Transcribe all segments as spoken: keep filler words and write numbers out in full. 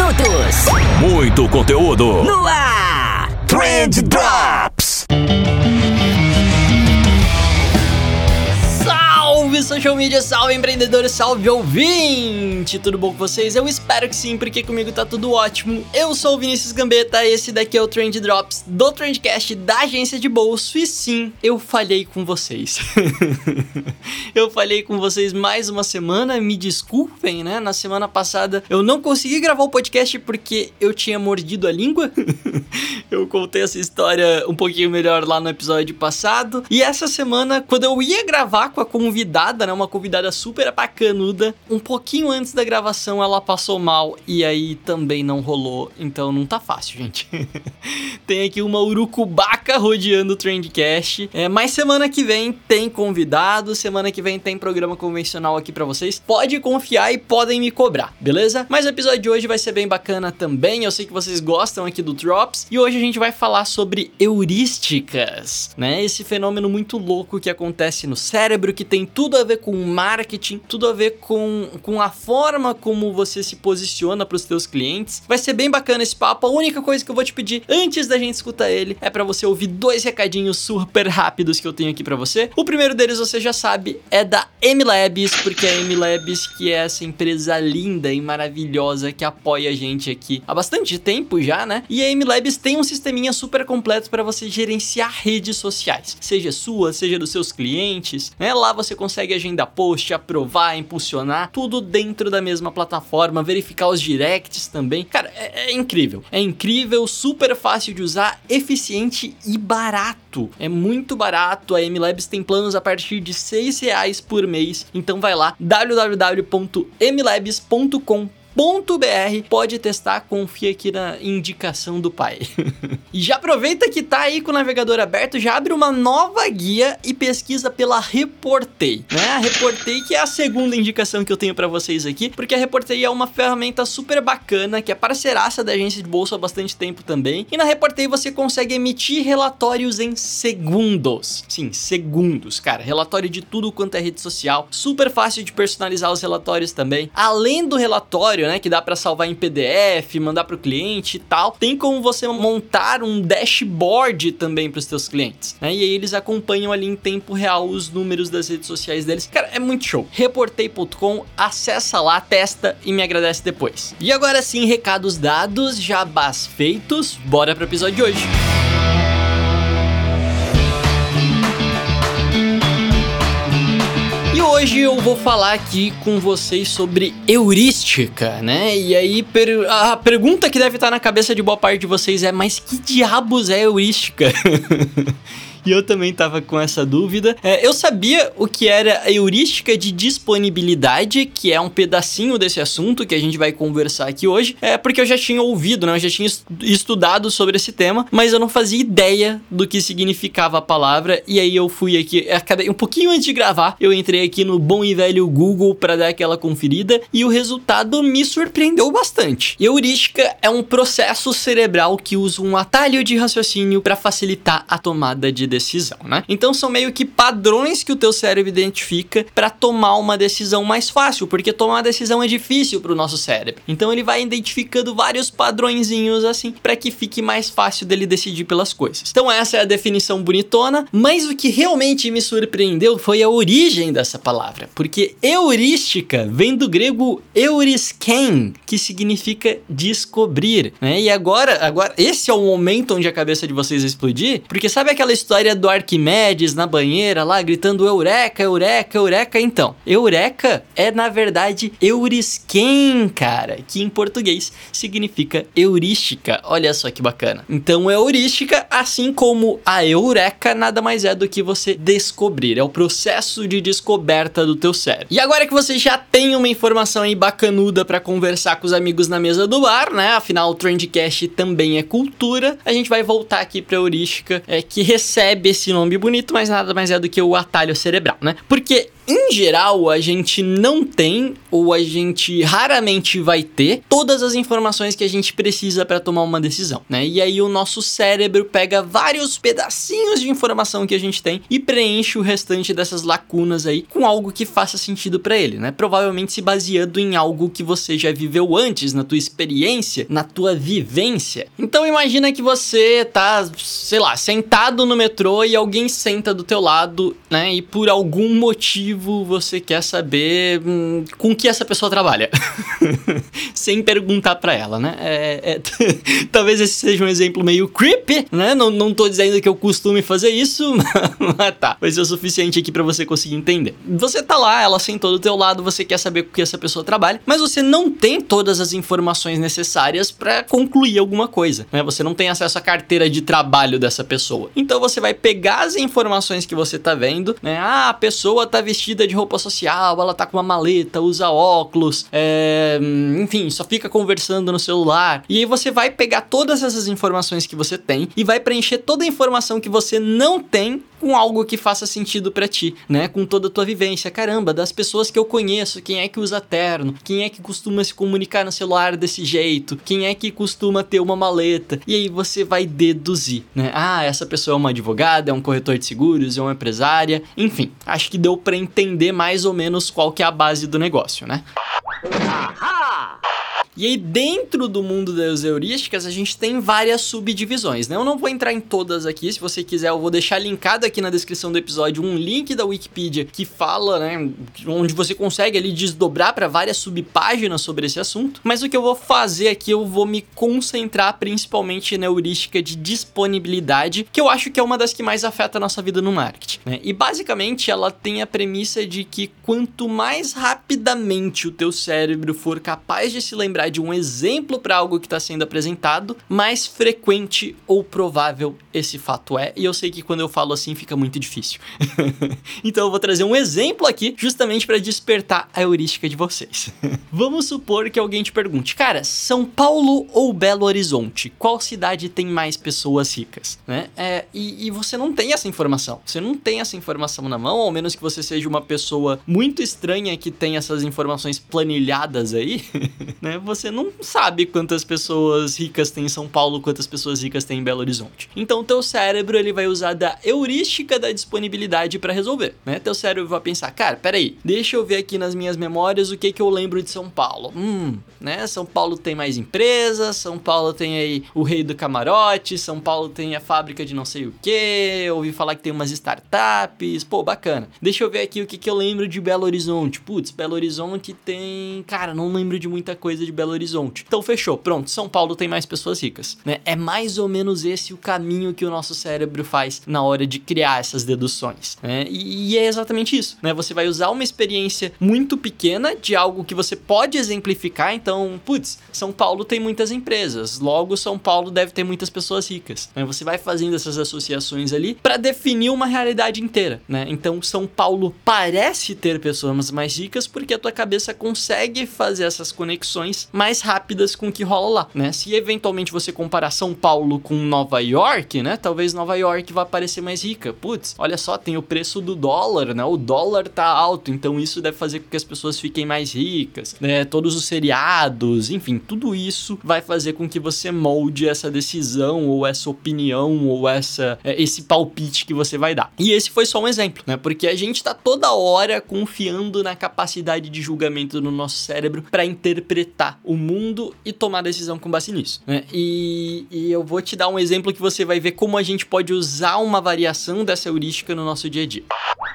minutos. Muito conteúdo No ar. Trend Drops. Salve social media, salve empreendedores, salve ouvinte! Tudo bom com vocês? Eu espero que sim, porque comigo tá tudo ótimo. Eu sou o Vinícius Gambetta, esse daqui é o Trend Drops do Trendcast da agência de bolso. E sim, eu falhei com vocês. Eu falhei com vocês mais uma semana, me desculpem, né? Na semana passada eu não consegui gravar o podcast porque eu tinha mordido a língua. Eu contei essa história um pouquinho melhor lá no episódio passado. E essa semana, quando eu ia gravar com a convidada, né, uma convidada super bacanuda, um pouquinho antes da gravação ela passou mal e aí também não rolou, então não tá fácil, gente. Tem aqui uma urucubaca rodeando o Trendcast, é, mas semana que vem tem convidado, semana que vem tem programa convencional aqui pra vocês, pode confiar e podem me cobrar, beleza? Mas o episódio de hoje vai ser bem bacana também, eu sei que vocês gostam aqui do Drops, e hoje a gente vai falar sobre heurísticas, né, esse fenômeno muito louco que acontece no cérebro, que tem tudo a ver com marketing, tudo a ver com, com a forma como você se posiciona para os seus clientes. Vai ser bem bacana esse papo. A única coisa que eu vou te pedir antes da gente escutar ele é para você ouvir dois recadinhos super rápidos que eu tenho aqui para você. O primeiro deles você já sabe, é da M-Labs, porque é a M-Labs que é essa empresa linda e maravilhosa que apoia a gente aqui há bastante tempo já, né? E a M-Labs tem um sisteminha super completo para você gerenciar redes sociais, seja sua, seja dos seus clientes, né? Lá você consegue agendar post, aprovar, impulsionar, tudo dentro da mesma plataforma, verificar os directs também. Cara, é, é incrível. É incrível, super fácil de usar, eficiente e barato. É muito barato. A M-Labs tem planos a partir de seis reais por mês. Então vai lá, w w w ponto m labs ponto com ponto b r, pode testar, confia aqui na indicação do pai. E já aproveita que tá aí com o navegador aberto, já abre uma nova guia e pesquisa pela Reportei, né? A Reportei que é a segunda indicação que eu tenho pra vocês aqui, porque a Reportei é uma ferramenta super bacana, que é parceiraça da agência de bolsa há bastante tempo também, e na Reportei você consegue emitir relatórios em segundos. Sim, segundos, cara. Relatório de tudo quanto é rede social, super fácil de personalizar os relatórios também. Além do relatório, né, que dá para salvar em P D F, mandar pro cliente e tal, tem como você montar um dashboard também para os teus clientes, né? E aí eles acompanham ali em tempo real os números das redes sociais deles. Cara, é muito show. Reportei ponto com, acessa lá, testa e me agradece depois. E agora sim, recados dados, jabás feitos, bora pro episódio de hoje. Hoje eu vou falar aqui com vocês sobre heurística, né? E aí per- a pergunta que deve estar na cabeça de boa parte de vocês é: mas que diabos é heurística? E eu também tava com essa dúvida. É, eu sabia o que era a heurística de disponibilidade, que é um pedacinho desse assunto que a gente vai conversar aqui hoje, é porque eu já tinha ouvido, né? Eu já tinha estudado sobre esse tema, mas eu não fazia ideia do que significava a palavra. E aí eu fui aqui, acabei um pouquinho antes de gravar, eu entrei aqui no bom e velho Google para dar aquela conferida e o resultado me surpreendeu bastante. Heurística é um processo cerebral que usa um atalho de raciocínio para facilitar a tomada de decisão. decisão, né? Então são meio que padrões que o teu cérebro identifica para tomar uma decisão mais fácil, porque tomar uma decisão é difícil para o nosso cérebro. Então ele vai identificando vários padrõezinhos assim para que fique mais fácil dele decidir pelas coisas. Então essa é a definição bonitona, mas o que realmente me surpreendeu foi a origem dessa palavra, porque heurística vem do grego eurisken, que significa descobrir, né? E agora, agora esse é o momento onde a cabeça de vocês vai explodir, porque sabe aquela história do Arquimedes na banheira lá gritando eureka, eureka, eureka? Então, eureka é na verdade eurisken, cara, que em português significa heurística. Olha só que bacana. Então, heurística, assim como a eureka, nada mais é do que você descobrir, é o processo de descoberta do teu cérebro. E agora que você já tem uma informação aí bacanuda pra conversar com os amigos na mesa do bar, né? Afinal, o Trendcast também é cultura. A gente vai voltar aqui pra heurística, é, que recebe esse nome bonito, mas nada mais é do que o atalho cerebral, né? Porque em geral, a gente não tem, ou a gente raramente vai ter, todas as informações que a gente precisa para tomar uma decisão, né? E aí o nosso cérebro pega vários pedacinhos de informação que a gente tem e preenche o restante dessas lacunas aí com algo que faça sentido para ele, né? Provavelmente se baseando em algo que você já viveu antes, na tua experiência, na tua vivência. Então imagina que você tá, sei lá, sentado no metrô e alguém senta do teu lado, né? E por algum motivo você quer saber hum, com que essa pessoa trabalha. Sem perguntar pra ela, né? É, é, talvez esse seja um exemplo meio creepy, né? Não, não tô dizendo que eu costume fazer isso, mas tá. Vai ser o suficiente aqui pra você conseguir entender. Você tá lá, ela sentou do teu lado, você quer saber com que essa pessoa trabalha, mas você não tem todas as informações necessárias pra concluir alguma coisa, né? Você não tem acesso à carteira de trabalho dessa pessoa. Então você vai pegar as informações que você tá vendo, né? Ah, a pessoa tá vestida de roupa social, ela tá com uma maleta, usa óculos, é... enfim, só fica conversando no celular. E aí você vai pegar todas essas informações que você tem e vai preencher toda a informação que você não tem com algo que faça sentido pra ti, né? Com toda a tua vivência. Caramba, das pessoas que eu conheço, quem é que usa terno? Quem é que costuma se comunicar no celular desse jeito? Quem é que costuma ter uma maleta? E aí você vai deduzir, né? Ah, essa pessoa é uma advogada, é um corretor de seguros, é uma empresária. Enfim, acho que deu pra entender mais ou menos qual que é a base do negócio, né? Ahá! E aí, dentro do mundo das heurísticas, a gente tem várias subdivisões, né? Eu não vou entrar em todas aqui, se você quiser eu vou deixar linkado aqui na descrição do episódio um link da Wikipedia que fala, né, onde você consegue ali desdobrar para várias subpáginas sobre esse assunto. Mas o que eu vou fazer aqui, eu vou me concentrar principalmente na heurística de disponibilidade, que eu acho que é uma das que mais afeta a nossa vida no marketing, né? E basicamente ela tem a premissa de que quanto mais rapidamente o teu cérebro for capaz de se lembrar de um exemplo para algo que está sendo apresentado, mais frequente ou provável esse fato é. E eu sei que quando eu falo assim fica muito difícil. Então eu vou trazer um exemplo aqui justamente para despertar a heurística de vocês. Vamos supor que alguém te pergunte, cara, São Paulo ou Belo Horizonte? Qual cidade tem mais pessoas ricas? Né? É, e, e você não tem essa informação. Você não tem essa informação na mão, ao menos que você seja uma pessoa muito estranha que tem essas informações planilhadas aí, né? Você não sabe quantas pessoas ricas tem em São Paulo, quantas pessoas ricas tem em Belo Horizonte. Então, teu cérebro, ele vai usar da heurística da disponibilidade para resolver, né? Teu cérebro vai pensar, cara, peraí, deixa eu ver aqui nas minhas memórias o que que eu lembro de São Paulo. Hum, né? São Paulo tem mais empresas, São Paulo tem aí o rei do camarote, São Paulo tem a fábrica de não sei o que, ouvi falar que tem umas startups, pô, bacana. Deixa eu ver aqui o que que eu lembro de Belo Horizonte. Putz, Belo Horizonte tem... Cara, não lembro de muita coisa de Belo Horizonte. Então fechou, pronto, São Paulo tem mais pessoas ricas, né? É mais ou menos esse o caminho que o nosso cérebro faz na hora de criar essas deduções, né? E, e é exatamente isso, né? Você vai usar uma experiência muito pequena de algo que você pode exemplificar, então, putz, São Paulo tem muitas empresas, logo São Paulo deve ter muitas pessoas ricas, né? Você vai fazendo essas associações ali para definir uma realidade inteira, né? Então, São Paulo parece ter pessoas mais ricas porque a tua cabeça consegue fazer essas conexões mais rápidas com o que rola lá, né? Se eventualmente você comparar São Paulo com Nova York, né? Talvez Nova York vá parecer mais rica. Putz, olha só, tem o preço do dólar, né? O dólar tá alto, então isso deve fazer com que as pessoas fiquem mais ricas, né? Todos os seriados, enfim, tudo isso vai fazer com que você molde essa decisão ou essa opinião ou essa, é, esse palpite que você vai dar. E esse foi só um exemplo, né? Porque a gente tá toda hora confiando na capacidade de julgamento do nosso cérebro para interpretar o mundo e tomar decisão com base nisso, né? E, e eu vou te dar um exemplo que você vai ver como a gente pode usar uma variação dessa heurística no nosso dia a dia.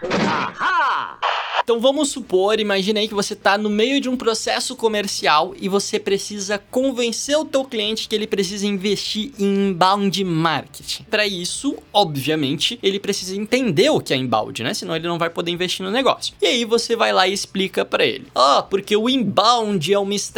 Ahá! Então vamos supor, imagine aí que você está no meio de um processo comercial e você precisa convencer o teu cliente que ele precisa investir em inbound marketing. Para isso, obviamente, ele precisa entender o que é inbound, né? Senão ele não vai poder investir no negócio. E aí você vai lá e explica para ele. Ó, oh, porque o inbound é uma estratégia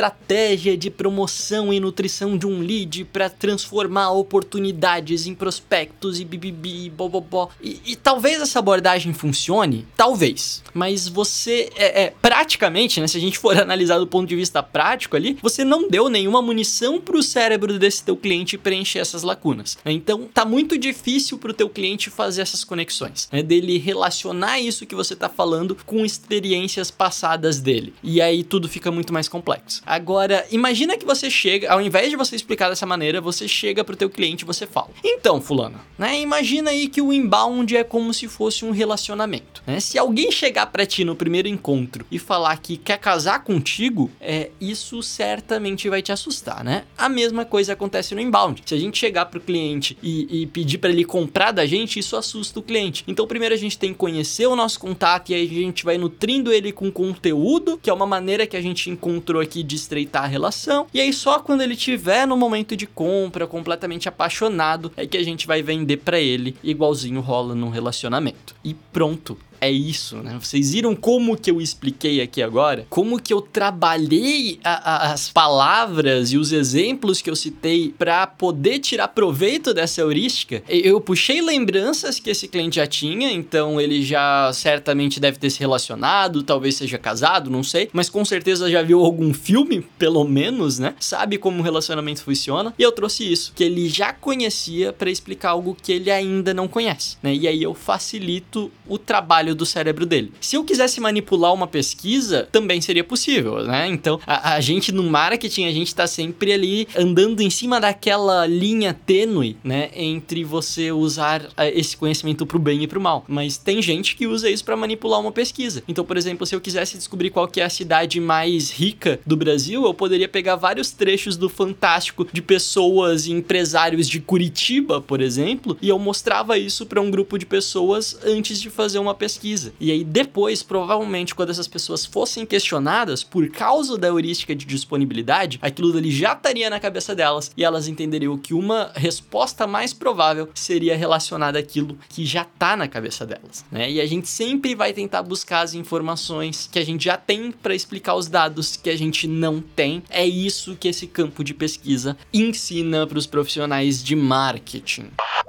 estratégia de promoção e nutrição de um lead para transformar oportunidades em prospectos e bibibi, bobobó. E, e talvez essa abordagem funcione, talvez, mas você é, é praticamente, né, se a gente for analisar do ponto de vista prático ali, você não deu nenhuma munição pro cérebro desse teu cliente preencher essas lacunas, né? Então tá muito difícil pro teu cliente fazer essas conexões, né, dele relacionar isso que você tá falando com experiências passadas dele, e aí tudo fica muito mais complexo. Agora, imagina que você chega, ao invés de você explicar dessa maneira, você chega pro teu cliente e você fala: então, fulano, né, imagina aí que o inbound é como se fosse um relacionamento, né? Se alguém chegar pra ti no primeiro encontro e falar que quer casar contigo, é, isso certamente vai te assustar, né? A mesma coisa acontece no inbound. Se a gente chegar pro cliente e, e pedir pra ele comprar da gente, isso assusta o cliente. Então, primeiro a gente tem que conhecer o nosso contato e aí a gente vai nutrindo ele com conteúdo, que é uma maneira que a gente encontrou aqui de estreitar a relação. E aí só quando ele estiver no momento de compra, completamente apaixonado, é que a gente vai vender pra ele, igualzinho rola num relacionamento. E pronto. É isso, né? Vocês viram como que eu expliquei aqui agora? Como que eu trabalhei a, a, as palavras e os exemplos que eu citei para poder tirar proveito dessa heurística? Eu puxei lembranças que esse cliente já tinha, então ele já certamente deve ter se relacionado, talvez seja casado, não sei, mas com certeza já viu algum filme, pelo menos, né? Sabe como um relacionamento funciona. E eu trouxe isso, que ele já conhecia, para explicar algo que ele ainda não conhece, né? E aí eu facilito o trabalho do cérebro dele. Se eu quisesse manipular uma pesquisa, também seria possível, né? Então, a, a gente no marketing, a gente tá sempre ali andando em cima daquela linha tênue, né? Entre você usar esse conhecimento pro bem e pro mal. Mas tem gente que usa isso para manipular uma pesquisa. Então, por exemplo, se eu quisesse descobrir qual que é a cidade mais rica do Brasil, eu poderia pegar vários trechos do Fantástico de pessoas e empresários de Curitiba, por exemplo, e eu mostrava isso para um grupo de pessoas antes de fazer uma pesquisa. E aí depois, provavelmente, quando essas pessoas fossem questionadas por causa da heurística de disponibilidade, aquilo dali já estaria na cabeça delas e elas entenderiam que uma resposta mais provável seria relacionada àquilo que já tá na cabeça delas, né? E a gente sempre vai tentar buscar as informações que a gente já tem para explicar os dados que a gente não tem. É isso que esse campo de pesquisa ensina para os profissionais de marketing.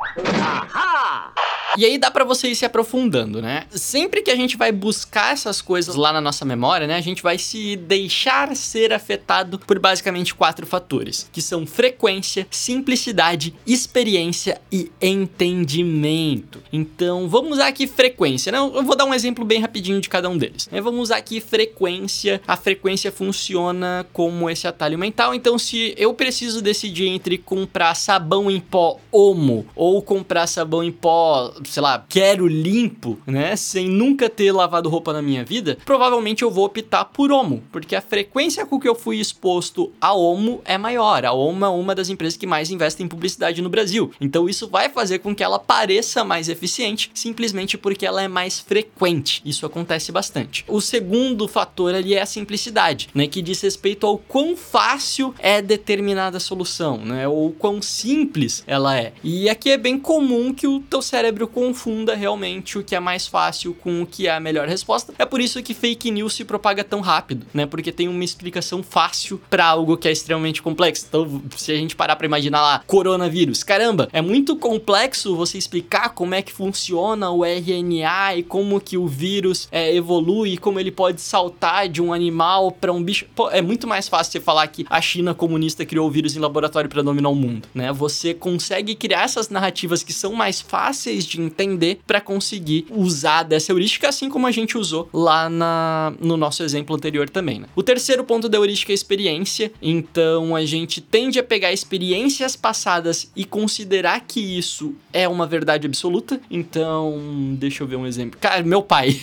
Ahá! E aí dá pra você ir se aprofundando, né? Sempre que a gente vai buscar essas coisas lá na nossa memória, né? A gente vai se deixar ser afetado por basicamente quatro fatores, que são frequência, simplicidade, experiência e entendimento. Então, vamos usar aqui frequência, né? Eu vou dar um exemplo bem rapidinho de cada um deles. Vamos usar aqui frequência. A frequência funciona como esse atalho mental. Então, se eu preciso decidir entre comprar sabão em pó Omo ou comprar sabão em pó, sei lá, quero limpo, né, sem nunca ter lavado roupa na minha vida, provavelmente eu vou optar por Omo, porque a frequência com que eu fui exposto a Omo é maior. A Omo é uma das empresas que mais investem em publicidade no Brasil, então isso vai fazer com que ela pareça mais eficiente, simplesmente porque ela é mais frequente. Isso acontece bastante. O segundo fator ali é a simplicidade, né, que diz respeito ao quão fácil é determinada solução, né, ou quão simples ela é. E aqui é bem comum que o teu cérebro confunda realmente o que é mais fácil com o que é a melhor resposta. É por isso que fake news se propaga tão rápido, né? Porque tem uma explicação fácil para algo que é extremamente complexo. Então, se a gente parar para imaginar lá, coronavírus, caramba, é muito complexo você explicar como é que funciona o R N A e como que o vírus é, evolui, como ele pode saltar de um animal para um bicho. Pô, é muito mais fácil você falar que a China comunista criou o vírus em laboratório para dominar o mundo, né? Você consegue criar essas narrativas que são mais fáceis de entender para conseguir usar dessa heurística, assim como a gente usou lá na, no nosso exemplo anterior também, né? O terceiro ponto da heurística é a experiência. Então a gente tende a pegar experiências passadas e considerar que isso é uma verdade absoluta. Então, deixa eu ver um exemplo. Cara, meu pai.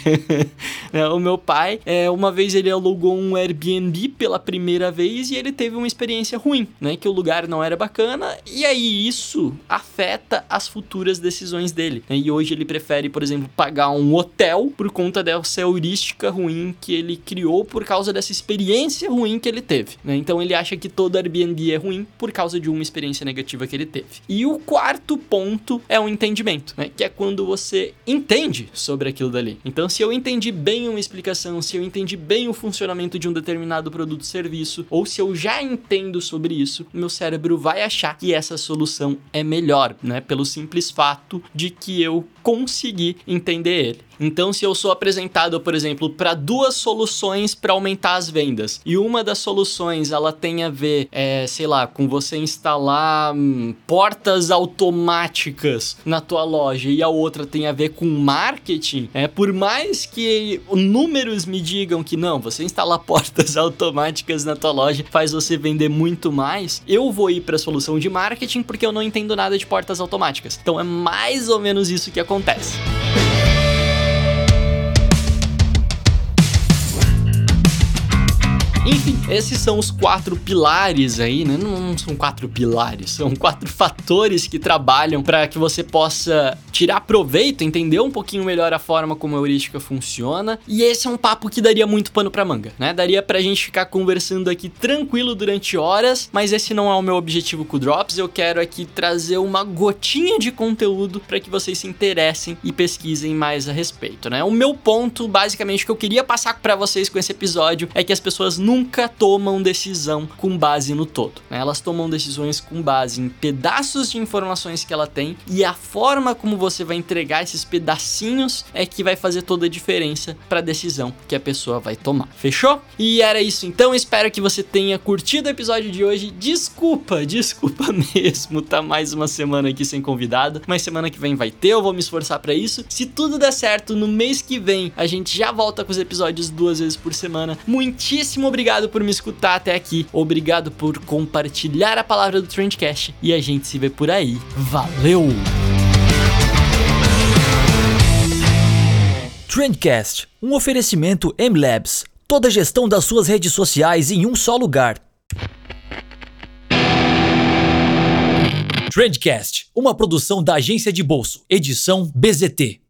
O meu pai, é, uma vez ele alugou um Airbnb pela primeira vez e ele teve uma experiência ruim, né? Que o lugar não era bacana, e aí isso afeta as futuras decisões dele. né? E hoje ele prefere, por exemplo, pagar um hotel por conta dessa heurística ruim que ele criou por causa dessa experiência ruim que ele teve, né? Então ele acha que todo Airbnb é ruim por causa de uma experiência negativa que ele teve. E o quarto ponto é o entendimento, né? Que é quando você entende sobre aquilo dali. Então, se eu entendi bem uma explicação, se eu entendi bem o funcionamento de um determinado produto ou serviço, ou se eu já entendo sobre isso, meu cérebro vai achar que essa solução é melhor, né? Pelo simples fato de que eu consegui entender ele. Então, se eu sou apresentado, por exemplo, para duas soluções para aumentar as vendas, e uma das soluções ela tem a ver, é, sei lá, com você instalar hum, portas automáticas na tua loja, e a outra tem a ver com marketing, é, por mais que números me digam que não, você instalar portas automáticas na tua loja faz você vender muito mais, eu vou ir para a solução de marketing porque eu não entendo nada de portas automáticas. Então, é mais ou menos isso que acontece. Enfim, esses são os quatro pilares aí, né? Não são quatro pilares, são quatro fatores que trabalham para que você possa tirar proveito, entender um pouquinho melhor a forma como a heurística funciona. E esse é um papo que daria muito pano pra manga, né? Daria pra gente ficar conversando aqui tranquilo durante horas, mas esse não é o meu objetivo com o Drops. Eu quero aqui trazer uma gotinha de conteúdo para que vocês se interessem e pesquisem mais a respeito, né? O meu ponto, basicamente, que eu queria passar para vocês com esse episódio é que as pessoas nunca tomam decisão com base no todo, né? Elas tomam decisões com base em pedaços de informações que ela tem, e a forma como você vai entregar esses pedacinhos é que vai fazer toda a diferença para a decisão que a pessoa vai tomar. Fechou? E era isso então, espero que você tenha curtido o episódio de hoje. Desculpa, desculpa mesmo, tá mais uma semana aqui sem convidado, mas semana que vem vai ter, eu vou me esforçar para isso. Se tudo der certo, no mês que vem a gente já volta com os episódios duas vezes por semana. Muitíssimo obrigado Obrigado por me escutar até aqui, obrigado por compartilhar a palavra do Trendcast, e a gente se vê por aí. Valeu! Trendcast, um oferecimento M-Labs, toda a gestão das suas redes sociais em um só lugar. Trendcast, uma produção da Agência de Bolso, edição B Z T.